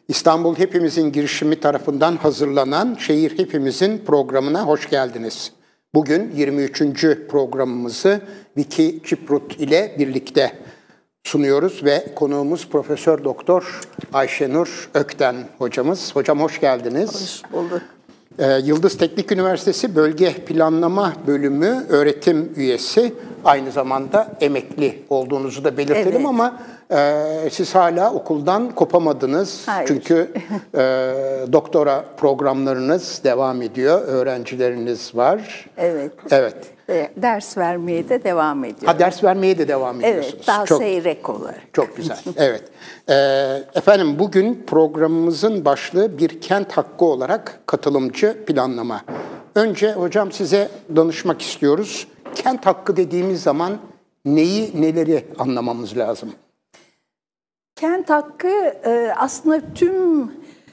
İstanbul Hepimizin girişimi tarafından hazırlanan Şehir Hepimizin programına hoş geldiniz. Bugün 23. programımızı Vicky Kiprut ile birlikte sunuyoruz ve konuğumuz Profesör Doktor Ayşenur Ökten hocamız. Hocam hoş geldiniz. Hoş bulduk. Yıldız Teknik Üniversitesi Bölge Planlama Bölümü öğretim üyesi. Aynı zamanda emekli olduğunuzu da belirtelim, evet. Ama siz hala okuldan kopamadınız. Hayır. Çünkü doktora programlarınız devam ediyor, öğrencileriniz var. Evet. Evet. Ders vermeye de devam ediyorum. Ha, ders vermeye de devam ediyorsunuz. Evet, daha seyrek olarak. Çok güzel, evet. Efendim bugün programımızın başlığı bir kent hakkı olarak katılımcı planlama. Önce hocam size danışmak istiyoruz. Kent hakkı dediğimiz zaman neleri anlamamız lazım? Kent hakkı aslında tüm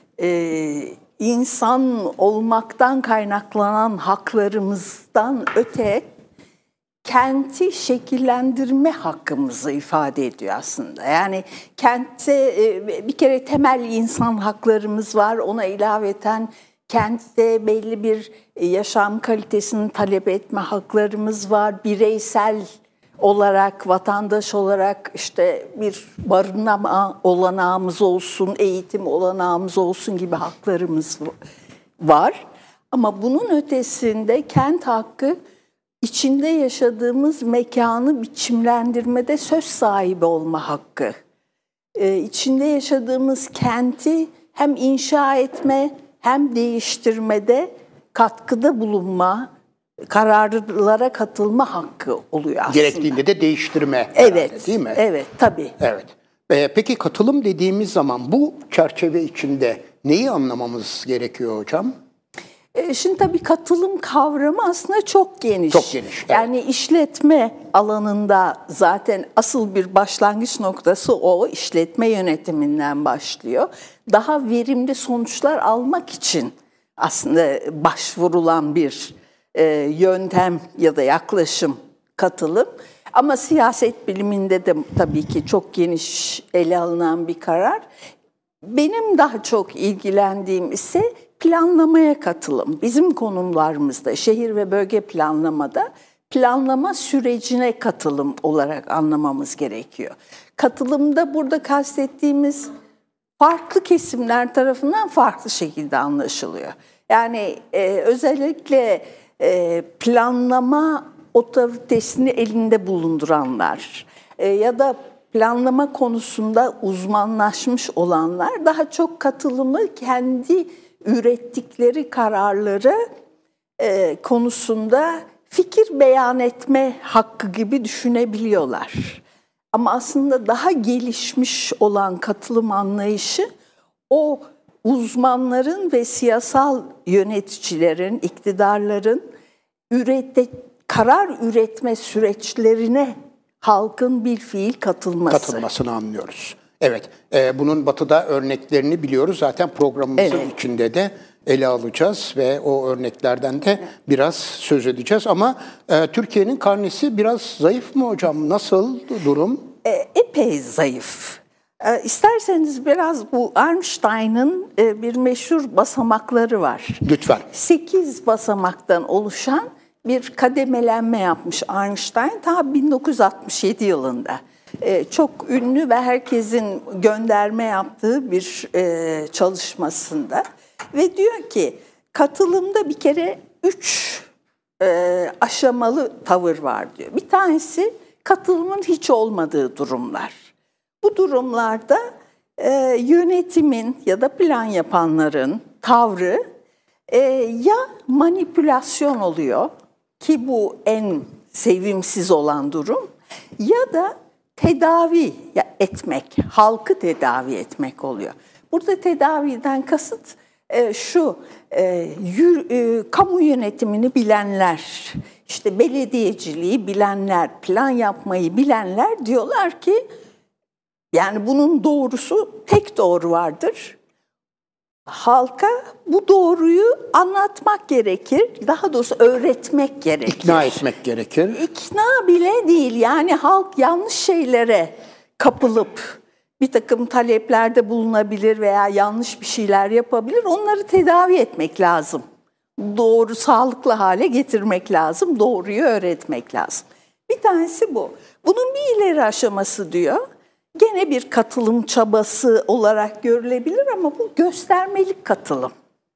insan olmaktan kaynaklanan haklarımızdan öte kenti şekillendirme hakkımızı ifade ediyor aslında. Yani kentte bir kere temel insan haklarımız var. Ona ilaveten kentte belli bir yaşam kalitesini talep etme haklarımız var. Bireysel olarak, vatandaş olarak işte bir barınma olanağımız olsun, eğitim olanağımız olsun gibi haklarımız var. Ama bunun ötesinde kent hakkı içinde yaşadığımız mekanı biçimlendirmede söz sahibi olma hakkı. İçinde yaşadığımız kenti hem inşa etme hem değiştirmede katkıda bulunma, kararlara katılma hakkı oluyor aslında. Gerektiğinde de değiştirme. Evet, herhalde, değil mi? Evet, tabii. Evet. Peki katılım dediğimiz zaman bu çerçeve içinde neyi anlamamız gerekiyor hocam? Şimdi tabii katılım kavramı aslında çok geniş. Çok geniş. Evet. Yani işletme alanında zaten asıl bir başlangıç noktası o işletme yönetiminden başlıyor. Daha verimli sonuçlar almak için aslında başvurulan bir yöntem ya da yaklaşım katılım. Ama siyaset biliminde de tabii ki çok geniş ele alınan bir karar. Benim daha çok ilgilendiğim ise planlamaya katılım. Bizim konumlarımızda şehir ve bölge planlamada planlama sürecine katılım olarak anlamamız gerekiyor. Katılımda burada kastettiğimiz farklı kesimler tarafından farklı şekilde anlaşılıyor. Yani özellikle planlama otoritesini elinde bulunduranlar ya da planlama konusunda uzmanlaşmış olanlar daha çok katılımı kendi ürettikleri kararları konusunda fikir beyan etme hakkı gibi düşünebiliyorlar. Ama aslında daha gelişmiş olan katılım anlayışı o uzmanların ve siyasal yöneticilerin, iktidarların karar üretme süreçlerine halkın bilfiil katılmasını anlıyoruz. Evet, bunun Batı'da örneklerini biliyoruz. Zaten programımızın içinde de ele alacağız ve o örneklerden de biraz söz edeceğiz. Ama Türkiye'nin karnesi biraz zayıf mı hocam? Nasıl durum? Epey zayıf. İsterseniz biraz bu Einstein'ın bir meşhur basamakları var. Lütfen. 8 basamaktan oluşan bir kademelenme yapmış Einstein ta 1967 yılında. Çok ünlü ve herkesin gönderme yaptığı bir çalışmasında. Ve diyor ki katılımda bir kere 3 aşamalı tavır var diyor. Bir tanesi katılımın hiç olmadığı durumlar. Bu durumlarda yönetimin ya da plan yapanların tavrı ya manipülasyon oluyor ki bu en sevimsiz olan durum ya da tedavi etmek, halkı tedavi etmek oluyor. Burada tedaviden kasıt kamu yönetimini bilenler, işte belediyeciliği bilenler, plan yapmayı bilenler diyorlar ki yani bunun doğrusu tek doğru vardır. Halka bu doğruyu anlatmak gerekir, daha doğrusu öğretmek gerekir. İkna etmek gerekir. İkna bile değil, yani halk yanlış şeylere kapılıp bir takım taleplerde bulunabilir veya yanlış bir şeyler yapabilir. Onları tedavi etmek lazım. Doğru, sağlıklı hale getirmek lazım. Doğruyu öğretmek lazım. Bir tanesi bu. Bunun bir ileri aşaması diyor. Gene bir katılım çabası olarak görülebilir ama bu göstermelik katılım.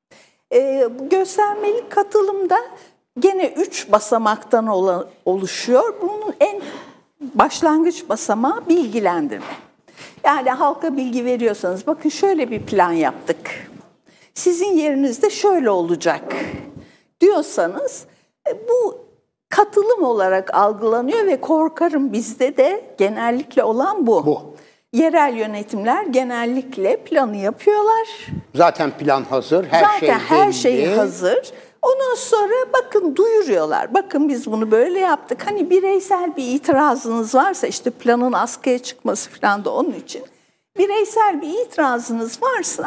Bu göstermelik katılımda gene 3 basamaktan oluşuyor. Bunun en başlangıç basamağı bilgilendirme. Yani halka bilgi veriyorsanız, bakın şöyle bir plan yaptık, sizin yerinizde şöyle olacak diyorsanız bu katılım olarak algılanıyor ve korkarım bizde de genellikle olan bu. Yerel yönetimler genellikle planı yapıyorlar. Zaten plan hazır, her şey hazır. Ondan sonra bakın duyuruyorlar. Bakın biz bunu böyle yaptık. Hani bireysel bir itirazınız varsa, işte planın askıya çıkması falan da onun için. Bireysel bir itirazınız varsa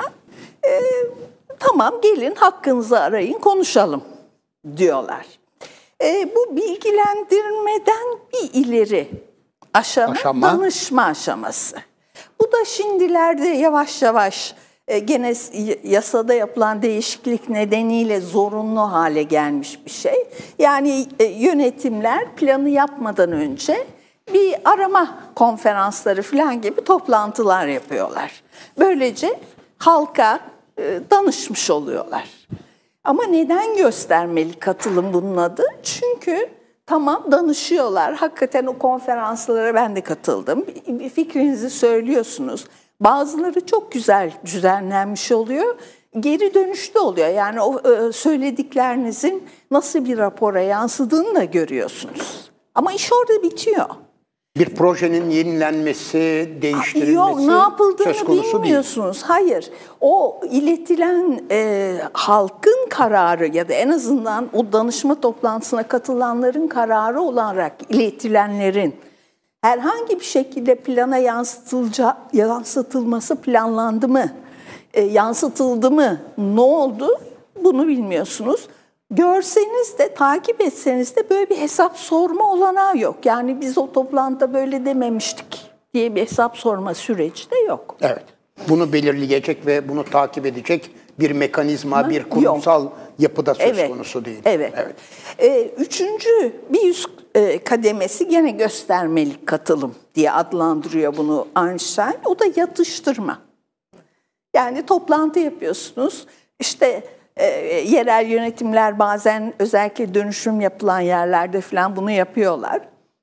tamam gelin hakkınızı arayın konuşalım diyorlar. Bu bilgilendirmeden bir ileri aşama danışma aşaması. Bu da şimdilerde yavaş yavaş gene yasada yapılan değişiklik nedeniyle zorunlu hale gelmiş bir şey. Yani yönetimler planı yapmadan önce bir arama konferansları falan gibi toplantılar yapıyorlar. Böylece halka danışmış oluyorlar. Ama neden göstermeli katılım bunun adı? Çünkü tamam danışıyorlar. Hakikaten o konferanslara ben de katıldım. Bir fikrinizi söylüyorsunuz. Bazıları çok güzel düzenlenmiş oluyor. Geri dönüşte oluyor. Yani o söylediklerinizin nasıl bir rapora yansıdığını da görüyorsunuz. Ama iş orada bitiyor. Bir projenin yenilenmesi, değiştirilmesi yok, ne yapıldığını söz konusu bilmiyorsunuz. Değil. Hayır. O iletilen halkın kararı ya da en azından o danışma toplantısına katılanların kararı olarak iletilenlerin herhangi bir şekilde plana yansıtılması planlandı mı, yansıtıldı mı, ne oldu bunu bilmiyorsunuz. Görseniz de, takip etseniz de böyle bir hesap sorma olanağı yok. Yani biz o toplantıda böyle dememiştik diye bir hesap sorma süreci de yok. Evet. Bunu belirleyecek ve bunu takip edecek bir mekanizma, bir kurumsal yapıda söz konusu değil. Evet. Üçüncü bir üst kademesi gene göstermelik katılım diye adlandırıyor bunu Einstein. O da yatıştırma. Yani toplantı yapıyorsunuz. İşte yerel yönetimler bazen özellikle dönüşüm yapılan yerlerde falan bunu yapıyorlar.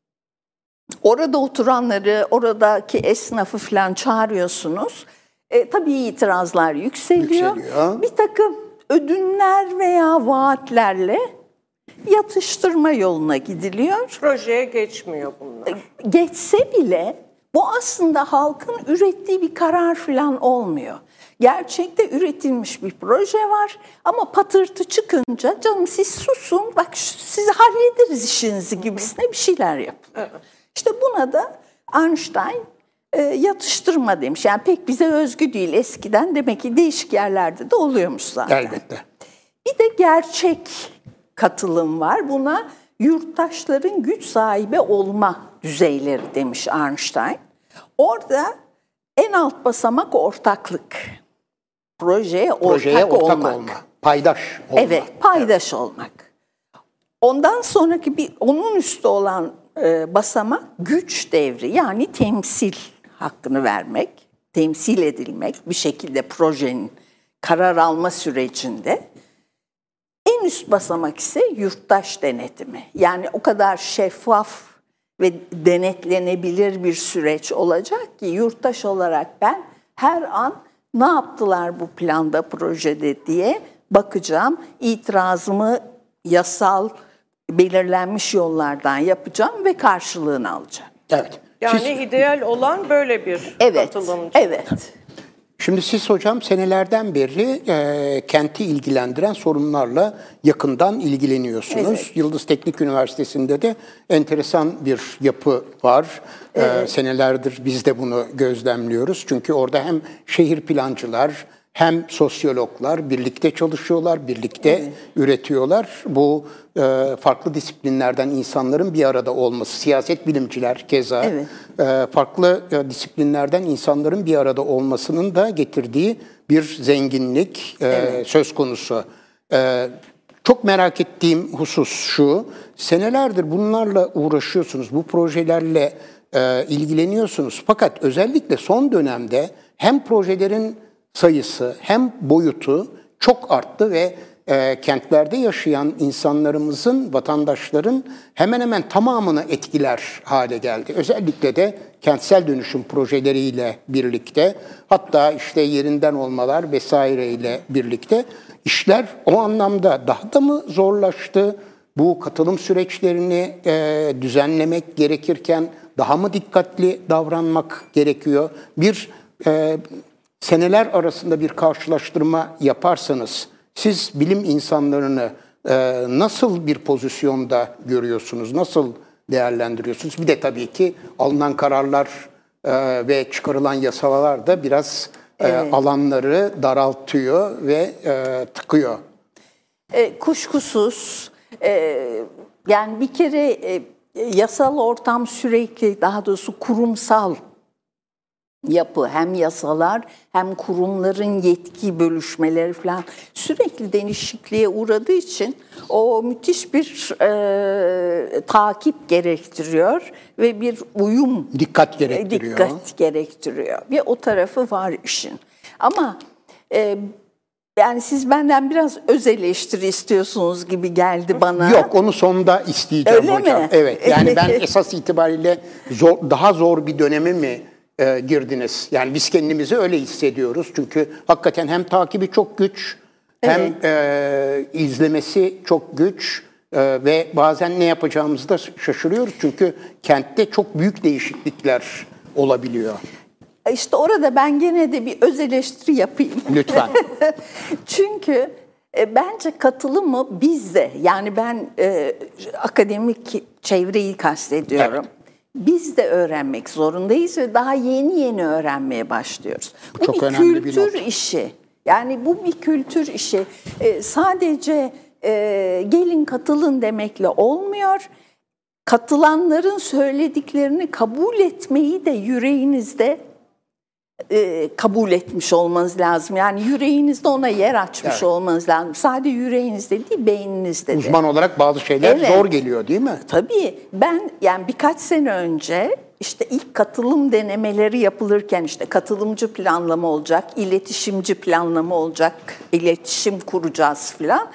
Orada oturanları, oradaki esnafı falan çağırıyorsunuz. Tabii itirazlar yükseliyor. Bir takım ödünler veya vaatlerle yatıştırma yoluna gidiliyor. Projeye geçmiyor bunlar. Geçse bile bu aslında halkın ürettiği bir karar falan olmuyor. Gerçekte üretilmiş bir proje var ama patırtı çıkınca canım siz susun, bak siz hallederiz işinizi gibisine bir şeyler yapın. Evet. İşte buna da Einstein yatıştırma demiş. Yani pek bize özgü değil, eskiden demek ki değişik yerlerde de oluyormuş zaten. Elbette. Bir de gerçek katılım var. Buna yurttaşların güç sahibi olma düzeyleri demiş Einstein. Orada en alt basamak ortaklık. Projeye ortak olmak. Paydaş olmak. Evet, paydaş olmak. Ondan sonraki onun üstü olan basamak güç devri, yani temsil hakkını vermek, temsil edilmek bir şekilde projenin karar alma sürecinde. En üst basamak ise yurttaş denetimi. Yani o kadar şeffaf ve denetlenebilir bir süreç olacak ki yurttaş olarak ben her an ne yaptılar bu planda, projede diye bakacağım. İtirazımı yasal belirlenmiş yollardan yapacağım ve karşılığını alacağım. Evet. Yani ideal olan böyle bir katılımcı. Evet. Şimdi siz hocam senelerden beri kenti ilgilendiren sorunlarla yakından ilgileniyorsunuz. Evet. Yıldız Teknik Üniversitesi'nde de enteresan bir yapı var. Evet. Senelerdir biz de bunu gözlemliyoruz. Çünkü orada hem şehir plancılar hem sosyologlar birlikte çalışıyorlar, birlikte üretiyorlar. Bu farklı disiplinlerden insanların bir arada olması, siyaset bilimciler keza farklı disiplinlerden insanların bir arada olmasının da getirdiği bir zenginlik söz konusu. Çok merak ettiğim husus şu, senelerdir bunlarla uğraşıyorsunuz, bu projelerle ilgileniyorsunuz. Fakat özellikle son dönemde hem projelerin sayısı hem boyutu çok arttı ve kentlerde yaşayan insanlarımızın, vatandaşların hemen hemen tamamını etkiler hale geldi. Özellikle de kentsel dönüşüm projeleriyle birlikte, hatta işte yerinden olmalar vesaireyle birlikte işler o anlamda daha da mı zorlaştı? Bu katılım süreçlerini düzenlemek gerekirken daha mı dikkatli davranmak gerekiyor? Seneler arasında bir karşılaştırma yaparsanız siz bilim insanlarını nasıl bir pozisyonda görüyorsunuz, nasıl değerlendiriyorsunuz? Bir de tabii ki alınan kararlar ve çıkarılan yasalar da biraz alanları daraltıyor ve tıkıyor. Kuşkusuz. Yani bir kere yasal ortam sürekli, daha doğrusu kurumsal yapı, hem yasalar hem kurumların yetki bölüşmeleri falan sürekli değişikliğe uğradığı için o müthiş bir takip gerektiriyor ve bir uyum, dikkat gerektiriyor. Bir o tarafı var işin. Ama yani siz benden biraz öz eleştiri istiyorsunuz gibi geldi bana. Yok, onu sonda isteyeceğim öyle hocam. Mi? Evet, yani ben esas itibariyle daha zor bir döneme mi girdiniz? Yani biz kendimizi öyle hissediyoruz. Çünkü hakikaten hem takibi çok güç, hem izlemesi çok güç ve bazen ne yapacağımızı da şaşırıyoruz. Çünkü kentte çok büyük değişiklikler olabiliyor. İşte orada ben gene de bir öz eleştiri yapayım. Lütfen. Çünkü bence katılımı bizde, yani ben akademik çevreyi kastediyorum. Evet. Biz de öğrenmek zorundayız ve daha yeni öğrenmeye başlıyoruz. Bu çok bir kültür işi. Yani bu bir kültür işi. Sadece gelin katılın demekle olmuyor. Katılanların söylediklerini kabul etmeyi de yüreğinizde kabul etmiş olmanız lazım. Yani yüreğinizde ona yer açmış olmanız lazım. Sadece yüreğinizde değil, beyninizde de. Uzman olarak bazı şeyler zor geliyor değil mi? Tabii. Ben yani birkaç sene önce işte ilk katılım denemeleri yapılırken işte katılımcı planlama olacak, iletişimci planlama olacak, iletişim kuracağız filan.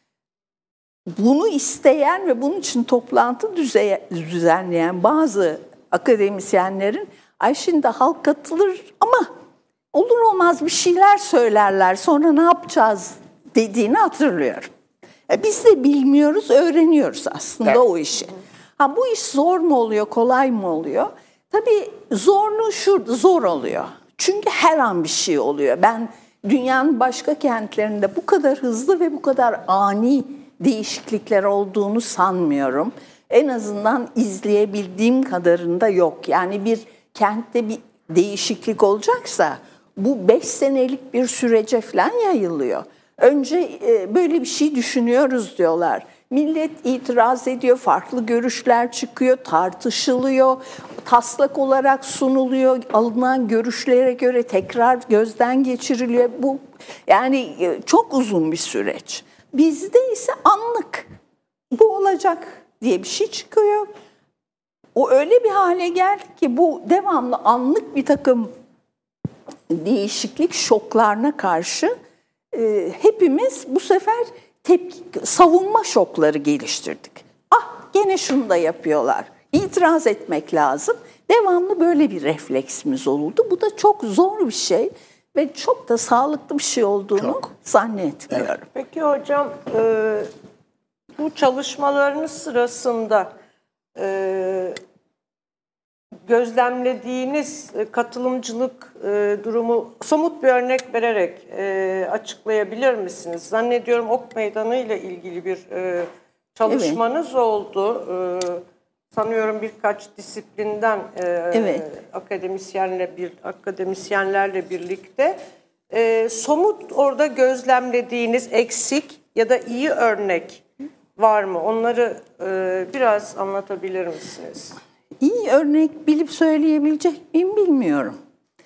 Bunu isteyen ve bunun için toplantı düzenleyen bazı akademisyenlerin ay şimdi halk katılır ama olur olmaz bir şeyler söylerler, sonra ne yapacağız dediğini hatırlıyorum. Biz de bilmiyoruz, öğreniyoruz aslında o işi. Bu iş zor mu oluyor, kolay mı oluyor? Tabii zor oluyor. Çünkü her an bir şey oluyor. Ben dünyanın başka kentlerinde bu kadar hızlı ve bu kadar ani değişiklikler olduğunu sanmıyorum. En azından izleyebildiğim kadarında yok. Yani bir kentte bir değişiklik olacaksa bu 5 senelik bir sürece falan yayılıyor. Önce böyle bir şey düşünüyoruz diyorlar. Millet itiraz ediyor, farklı görüşler çıkıyor, tartışılıyor, taslak olarak sunuluyor, alınan görüşlere göre tekrar gözden geçiriliyor. Bu yani çok uzun bir süreç. Bizde ise anlık bu olacak diye bir şey çıkıyor. O öyle bir hale geldi ki bu devamlı anlık bir takım değişiklik şoklarına karşı hepimiz bu sefer savunma şokları geliştirdik. Gene şunu da yapıyorlar. İtiraz etmek lazım. Devamlı böyle bir refleksimiz oldu. Bu da çok zor bir şey ve çok da sağlıklı bir şey olduğunu zannetmiyorum. Evet. Peki hocam, bu çalışmalarınız sırasında gözlemlediğiniz katılımcılık durumu somut bir örnek vererek açıklayabilir misiniz? Zannediyorum Ok Meydanı ile ilgili bir çalışmanız oldu. Sanıyorum birkaç disiplinden akademisyenlerle birlikte. Somut orada gözlemlediğiniz eksik ya da iyi örnek var mı? Onları biraz anlatabilir misiniz? İyi örnek bilip söyleyebilecek miyim bilmiyorum.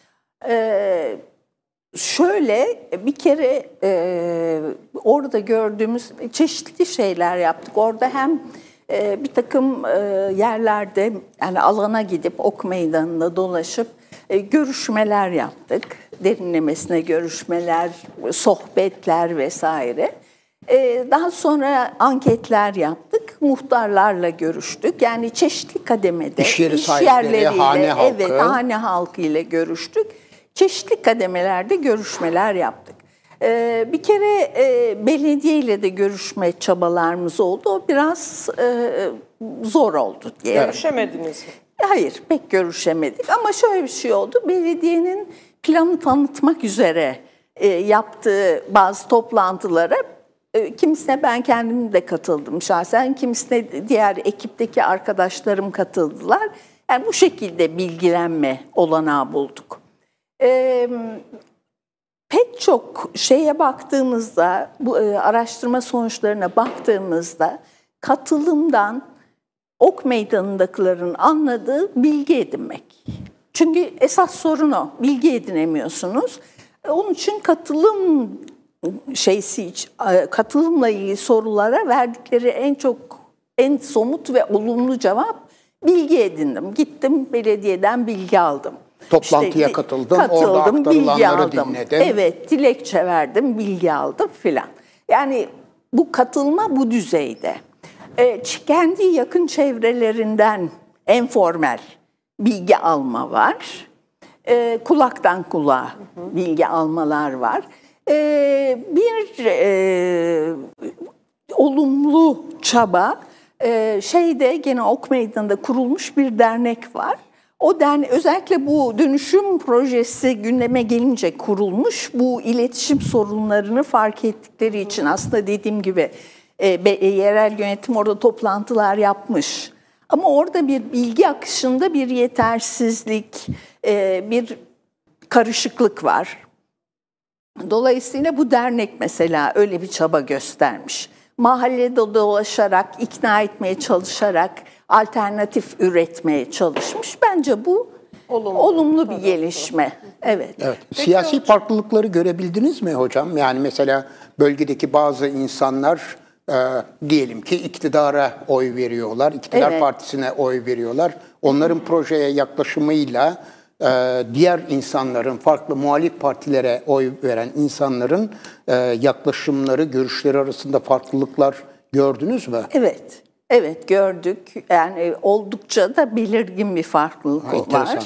Şöyle bir kere orada gördüğümüz çeşitli şeyler yaptık. Orada hem bir takım yerlerde yani alana gidip ok meydanında dolaşıp görüşmeler yaptık. Derinlemesine görüşmeler, sohbetler vesaire. Daha sonra anketler yaptık. Muhtarlarla görüştük. Yani çeşitli kademede. İş yeri sahipleri, hane halkı. Evet, hane halkı ile görüştük. Çeşitli kademelerde görüşmeler yaptık. Bir kere belediye ile de görüşme çabalarımız oldu. O biraz zor oldu diye. Görüşemediniz mi? Hayır, pek görüşemedik ama şöyle bir şey oldu. Belediyenin planı tanıtmak üzere yaptığı bazı toplantılara kimisine ben kendim de katıldım şahsen, kimisine diğer ekipteki arkadaşlarım katıldılar. Yani bu şekilde bilgilenme olanağı bulduk. Pek çok şeye baktığımızda, bu araştırma sonuçlarına baktığımızda katılımdan ok meydanındakilerin anladığı bilgi edinmek. Çünkü esas sorun o, bilgi edinemiyorsunuz. Onun için katılımla ilgili sorulara verdikleri en somut ve olumlu cevap bilgi edindim. Gittim belediyeden bilgi aldım. Toplantıya katıldım, orada aktarılanları dinledim. Evet, dilekçe verdim, bilgi aldım filan. Yani bu katılma bu düzeyde. Kendi yakın çevrelerinden informal bilgi alma var. Kulaktan kulağa bilgi almalar var. Bir olumlu çaba gene Ok Meydanı'nda kurulmuş bir dernek var. O dernek özellikle bu dönüşüm projesi gündeme gelince kurulmuş. Bu iletişim sorunlarını fark ettikleri için aslında dediğim gibi yerel yönetim orada toplantılar yapmış. Ama orada bir bilgi akışında bir yetersizlik, bir karışıklık var. Dolayısıyla bu dernek mesela öyle bir çaba göstermiş. Mahallede dolaşarak, ikna etmeye çalışarak alternatif üretmeye çalışmış. Bence bu olumlu bir gelişme. Evet. Siyasi farklılıkları görebildiniz mi hocam? Yani mesela bölgedeki bazı insanlar diyelim ki iktidara oy veriyorlar, iktidar partisine oy veriyorlar. Onların projeye yaklaşımıyla diğer insanların, farklı muhalif partilere oy veren insanların yaklaşımları, görüşleri arasında farklılıklar gördünüz mü? Evet gördük. Yani oldukça da belirgin bir farklılık var.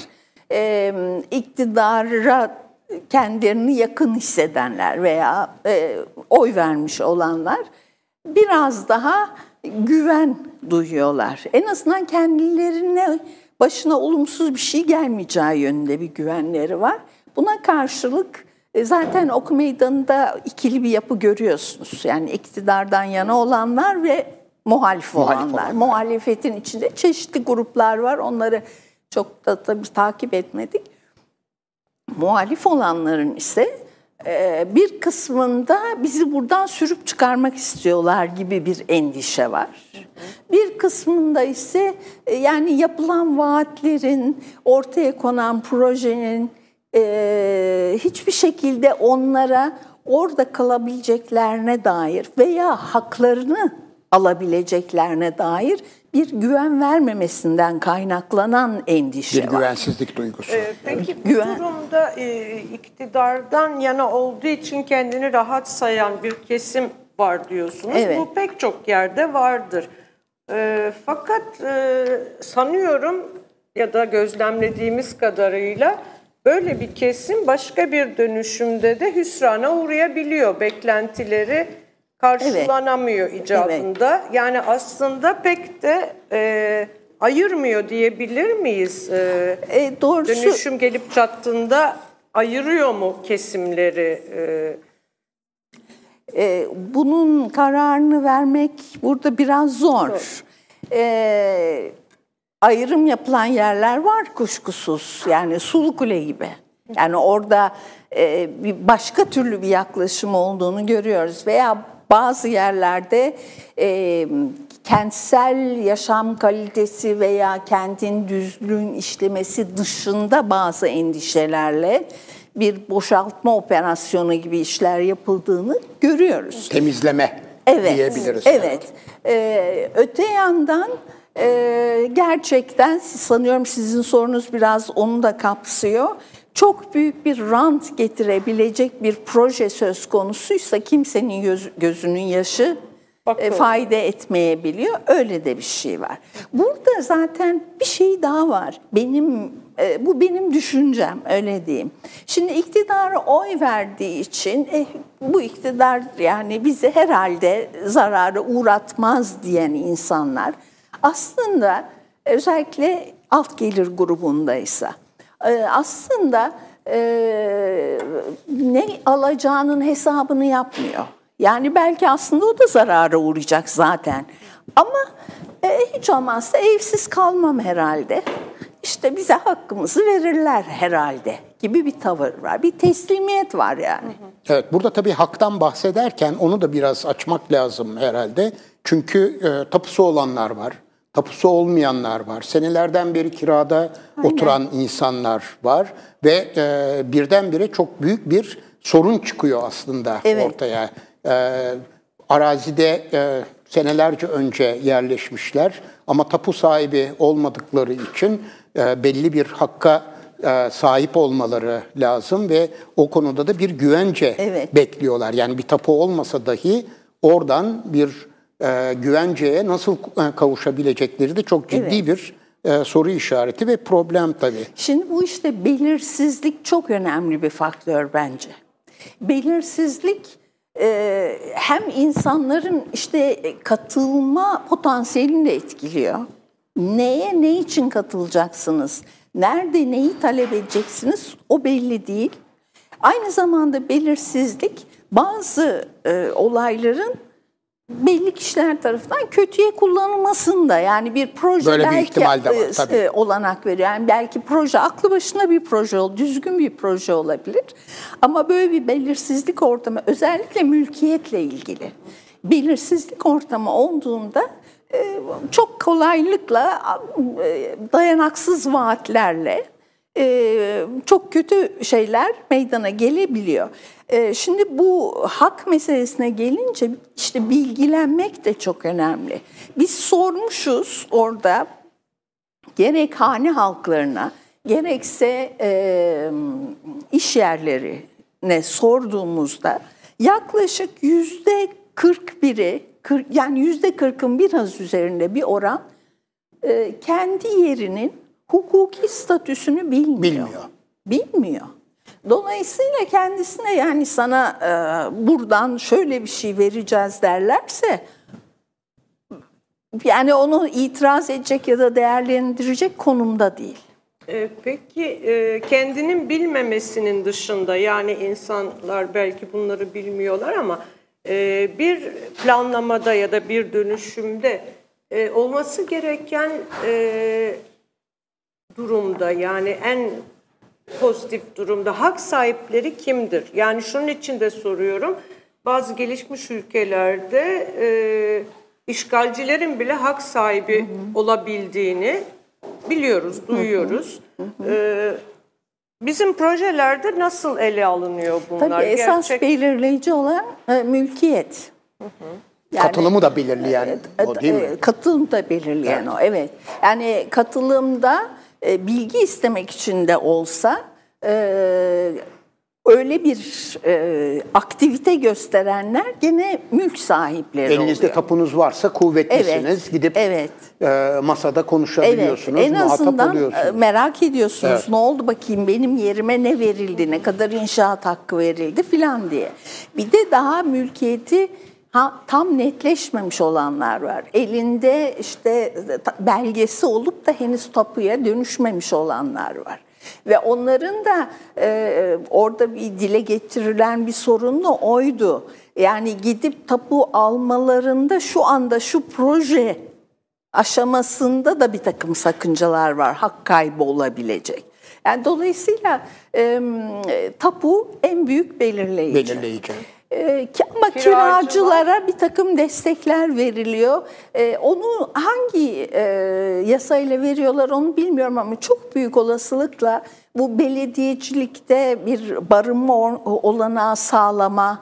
İktidara kendilerini yakın hissedenler veya oy vermiş olanlar biraz daha güven duyuyorlar. En azından kendilerine başına olumsuz bir şey gelmeyeceği yönünde bir güvenleri var. Buna karşılık zaten Ok Meydanı'nda ikili bir yapı görüyorsunuz. Yani iktidardan yana olanlar ve muhalif olanlar. Muhalefetin içinde çeşitli gruplar var. Onları çok da tabii takip etmedik. Muhalif olanların ise bir kısmında bizi buradan sürüp çıkarmak istiyorlar gibi bir endişe var. Bir kısmında ise yani yapılan vaatlerin, ortaya konan projenin hiçbir şekilde onlara orada kalabileceklerine dair veya haklarını alabileceklerine dair bir güven vermemesinden kaynaklanan endişe var. Bir güvensizlik duygusu. Peki bu durumda iktidardan yana olduğu için kendini rahat sayan bir kesim var diyorsunuz. Evet. Bu pek çok yerde vardır. Fakat sanıyorum ya da gözlemlediğimiz kadarıyla böyle bir kesim başka bir dönüşümde de hüsrana uğrayabiliyor. Beklentileri karşılanamıyor icabında. Evet. Yani aslında pek de ayırmıyor diyebilir miyiz? Doğrusu, dönüşüm gelip çattığında ayırıyor mu kesimleri? Bunun kararını vermek burada biraz zor. Ayrım yapılan yerler var kuşkusuz. Yani Sulukule gibi. Yani orada bir başka türlü bir yaklaşım olduğunu görüyoruz. Veya bazı yerlerde kentsel yaşam kalitesi veya kentin düzlüğün işlemesi dışında bazı endişelerle bir boşaltma operasyonu gibi işler yapıldığını görüyoruz. Temizleme diyebiliriz. Evet. Öte yandan gerçekten sanıyorum sizin sorunuz biraz onu da kapsıyor. Çok büyük bir rant getirebilecek bir proje söz konusuysa kimsenin gözünün yaşı fayda etmeyebiliyor. Öyle de bir şey var. Burada zaten bir şey daha var. Bu benim düşüncem, öyle diyeyim. Şimdi iktidara oy verdiği için bu iktidar yani bizi herhalde zarara uğratmaz diyen insanlar aslında özellikle alt gelir grubundaysa aslında ne alacağının hesabını yapmıyor. Yani belki aslında o da zarara uğrayacak zaten. Ama hiç olmazsa evsiz kalmam herhalde. İşte bize hakkımızı verirler herhalde gibi bir tavır var. Bir teslimiyet var yani. Evet, burada tabii haktan bahsederken onu da biraz açmak lazım herhalde. Çünkü tapusu olanlar var, tapusu olmayanlar var. Senelerden beri kirada oturan insanlar var. Ve birdenbire çok büyük bir sorun çıkıyor aslında ortaya. Arazide senelerce önce yerleşmişler ama tapu sahibi olmadıkları için belli bir hakka sahip olmaları lazım ve o konuda da bir güvence bekliyorlar. Yani bir tapu olmasa dahi oradan bir güvenceye nasıl kavuşabilecekleri de çok ciddi bir soru işareti ve problem tabii. Şimdi bu işte belirsizlik çok önemli bir faktör bence. Belirsizlik hem insanların işte katılma potansiyelini de etkiliyor. Neye, ne için katılacaksınız? Nerede neyi talep edeceksiniz? O belli değil. Aynı zamanda belirsizlik bazı olayların belli kişiler tarafından kötüye kullanılmasında, yani bir proje böyle belki bir ihtimal de var, tabii. Olanak veriyor. Yani belki proje aklı başına bir proje, düzgün bir proje olabilir. Ama böyle bir belirsizlik ortamı, özellikle mülkiyetle ilgili belirsizlik ortamı olduğunda çok kolaylıkla dayanaksız vaatlerle çok kötü şeyler meydana gelebiliyor. Şimdi bu hak meselesine gelince işte bilgilenmek de çok önemli. Biz sormuşuz orada gerek hane halklarına gerekse iş yerlerine sorduğumuzda yaklaşık %41'i yani %40'ın biraz üzerinde bir oran kendi yerinin hukuki statüsünü bilmiyor. Dolayısıyla kendisine yani sana buradan şöyle bir şey vereceğiz derlerse yani onu itiraz edecek ya da değerlendirecek konumda değil. Peki kendinin bilmemesinin dışında, yani insanlar belki bunları bilmiyorlar ama bir planlamada ya da bir dönüşümde olması gereken durumda, yani en pozitif durumda hak sahipleri kimdir? Yani şunun için de soruyorum. Bazı gelişmiş ülkelerde işgalcilerin bile hak sahibi olabildiğini biliyoruz, duyuyoruz. Bizim projelerde nasıl ele alınıyor bunlar? Tabii esas belirleyici olan mülkiyet. Yani, katılımı da belirleyen o değil mi? Katılım da belirleyen o, evet. Yani katılımda bilgi istemek için de olsa öyle bir aktivite gösterenler gene mülk sahipleri oluyor. Elinizde tapunuz varsa kuvvetlisiniz. Gidip masada konuşabiliyorsunuz, en azından oluyorsunuz. Merak ediyorsunuz. Ne oldu bakayım, benim yerime ne verildi, ne kadar inşaat hakkı verildi filan diye. Bir de daha mülkiyeti tam netleşmemiş olanlar var. Elinde işte belgesi olup da henüz tapuya dönüşmemiş olanlar var. Ve onların da orada bir dile getirilen bir sorun da oydu. Yani gidip tapu almalarında şu anda şu proje aşamasında da bir takım sakıncalar var. Hak kaybı olabilecek. Yani dolayısıyla tapu en büyük belirleyici. Ama kiracılara bir takım destekler veriliyor. Onu hangi yasayla veriyorlar onu bilmiyorum ama çok büyük olasılıkla bu belediyecilikte bir barınma olanağı sağlama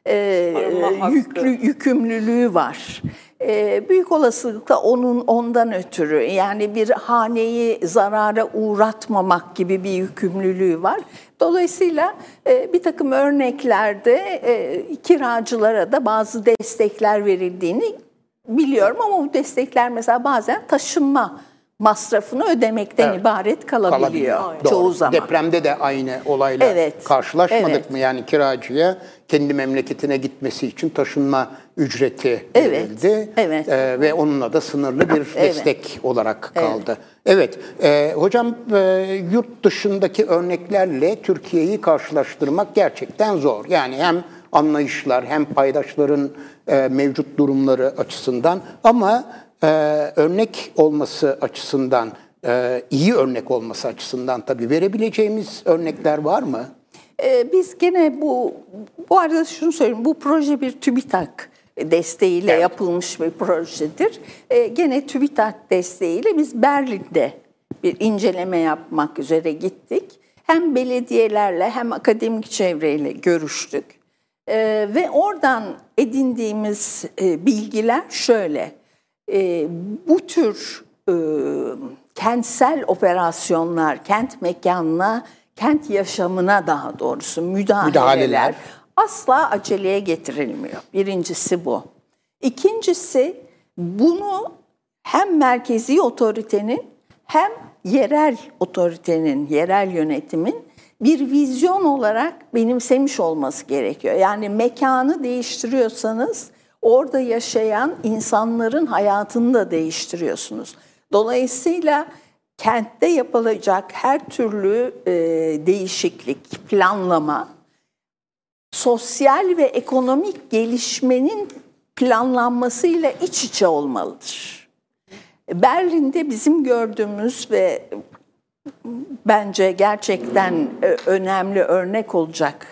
yükümlülüğü var. Büyük olasılıkla ondan ötürü yani bir haneyi zarara uğratmamak gibi bir yükümlülüğü var. Dolayısıyla bir takım örneklerde kiracılara da bazı destekler verildiğini biliyorum ama bu destekler mesela bazen taşınma masrafını ödemekten ibaret kalabiliyor çoğu zaman. Depremde de aynı olayla karşılaşmadık mı? Yani kiracıya kendi memleketine gitmesi için taşınma ücreti verildi ve onunla da sınırlı bir destek olarak kaldı. Hocam yurt dışındaki örneklerle Türkiye'yi karşılaştırmak gerçekten zor. Yani hem anlayışlar hem paydaşların mevcut durumları açısından ama örnek olması açısından, iyi örnek olması açısından tabii verebileceğimiz örnekler var mı? Biz gene bu arada şunu söyleyeyim, bu proje bir TÜBİTAK desteğiyle yapılmış bir projedir. Gene TÜBİTAK desteğiyle biz Berlin'de bir inceleme yapmak üzere gittik. Hem belediyelerle hem akademik çevreyle görüştük. Ve oradan edindiğimiz bilgiler şöyle. Bu tür kentsel operasyonlar, kent mekanına, kent yaşamına daha doğrusu müdahaleler asla aceleye getirilmiyor. Birincisi bu. İkincisi bunu hem merkezi otoritenin hem yerel otoritenin, yerel yönetimin bir vizyon olarak benimsemiş olması gerekiyor. Yani mekanı değiştiriyorsanız orada yaşayan insanların hayatını da değiştiriyorsunuz. Dolayısıyla kentte yapılacak her türlü değişiklik, planlama, sosyal ve ekonomik gelişmenin planlanmasıyla iç içe olmalıdır. Berlin'de bizim gördüğümüz ve bence gerçekten önemli örnek olacak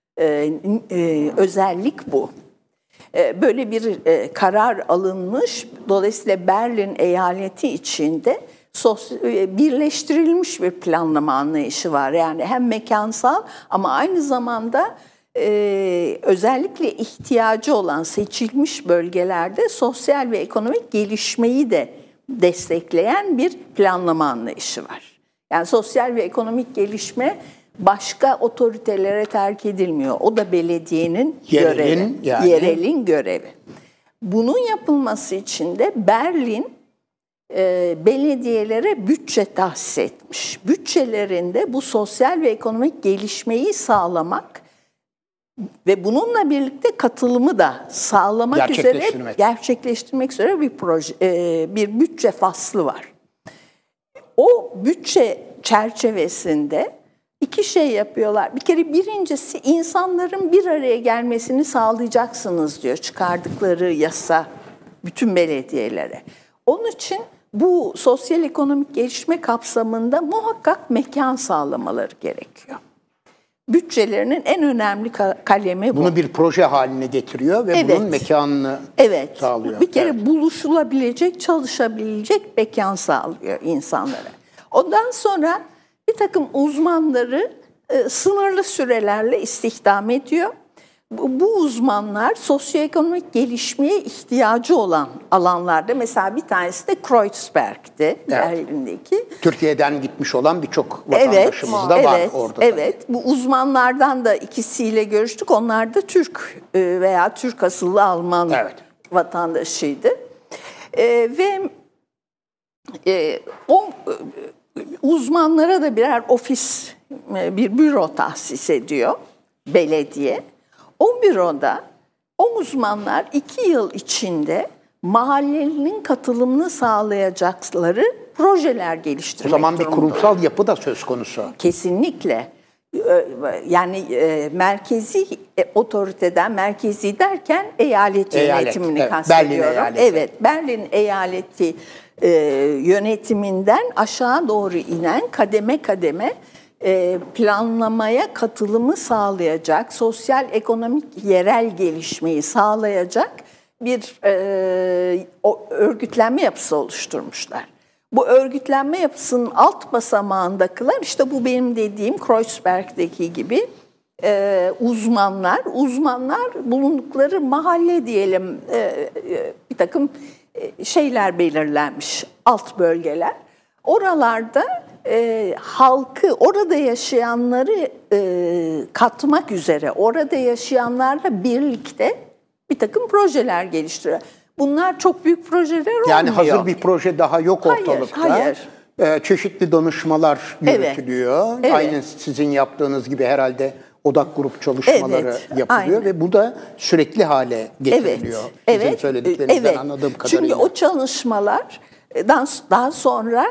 özellik bu. Böyle bir karar alınmış. Dolayısıyla Berlin eyaleti içinde birleştirilmiş bir planlama anlayışı var. Yani hem mekansal ama aynı zamanda özellikle ihtiyacı olan seçilmiş bölgelerde sosyal ve ekonomik gelişmeyi de destekleyen bir planlama anlayışı var. Yani sosyal ve ekonomik gelişme başka otoritelere terk edilmiyor. O da belediyenin görevi, yerelin görevi. Bunun yapılması için de Berlin belediyelere bütçe tahsis etmiş. Bütçelerinde bu sosyal ve ekonomik gelişmeyi sağlamak ve bununla birlikte katılımı da sağlamak üzere gerçekleştirmek üzere bir proje, bir bütçe faslı var. O bütçe çerçevesinde iki şey yapıyorlar. Bir kere birincisi insanların bir araya gelmesini sağlayacaksınız diyor çıkardıkları yasa bütün belediyelere. Onun için bu sosyal ekonomik gelişme kapsamında muhakkak mekan sağlamaları gerekiyor. Bütçelerinin en önemli kalemi bu. Bunu bir proje haline getiriyor ve bunun mekanını sağlıyor. Bir kere buluşulabilecek, çalışabilecek mekan sağlıyor insanlara. Ondan sonra bir takım uzmanları sınırlı sürelerle istihdam ediyor. Bu uzmanlar sosyoekonomik gelişmeye ihtiyacı olan alanlarda, mesela bir tanesi de Kreuzberg'ti, Berlin'deki. Türkiye'den gitmiş olan birçok vatandaşımız da var orada. Evet, bu uzmanlardan da ikisiyle görüştük. Onlar da Türk veya Türk asıllı Alman vatandaşıydı. Ve o uzmanlara da birer ofis, bir büro tahsis ediyor belediye. O büroda o uzmanlar 2 yıl içinde mahallenin katılımını sağlayacakları projeler geliştirmek durumunda. O zaman bir kurumsal yapı da söz konusu. Kesinlikle. Yani merkezi otoriteden, merkezi derken eyalet yönetimini kastediyorum. Berlin eyaleti yönetiminden aşağı doğru inen kademe kademe planlamaya katılımı sağlayacak, sosyal ekonomik yerel gelişmeyi sağlayacak bir örgütlenme yapısı oluşturmuşlar. Bu örgütlenme yapısının alt basamağındakiler işte bu benim dediğim Kreuzberg'deki gibi uzmanlar. Uzmanlar bulundukları mahalle diyelim bir takım şeyler belirlenmiş, alt bölgeler. Oralarda halkı, orada yaşayanları katmak üzere, orada yaşayanlarla birlikte bir takım projeler geliştiriyor. Bunlar çok büyük projeler olmuyor. Yani hazır bir proje daha yok ortalıkta. Hayır. Çeşitli danışmalar yürütülüyor. Evet. Aynen sizin yaptığınız gibi herhalde odak grup çalışmaları yapılıyor aynen. ve bu da sürekli hale getiriliyor. Sizin söylediklerinizden anladığım kadarıyla. Çünkü o çalışmalar daha sonra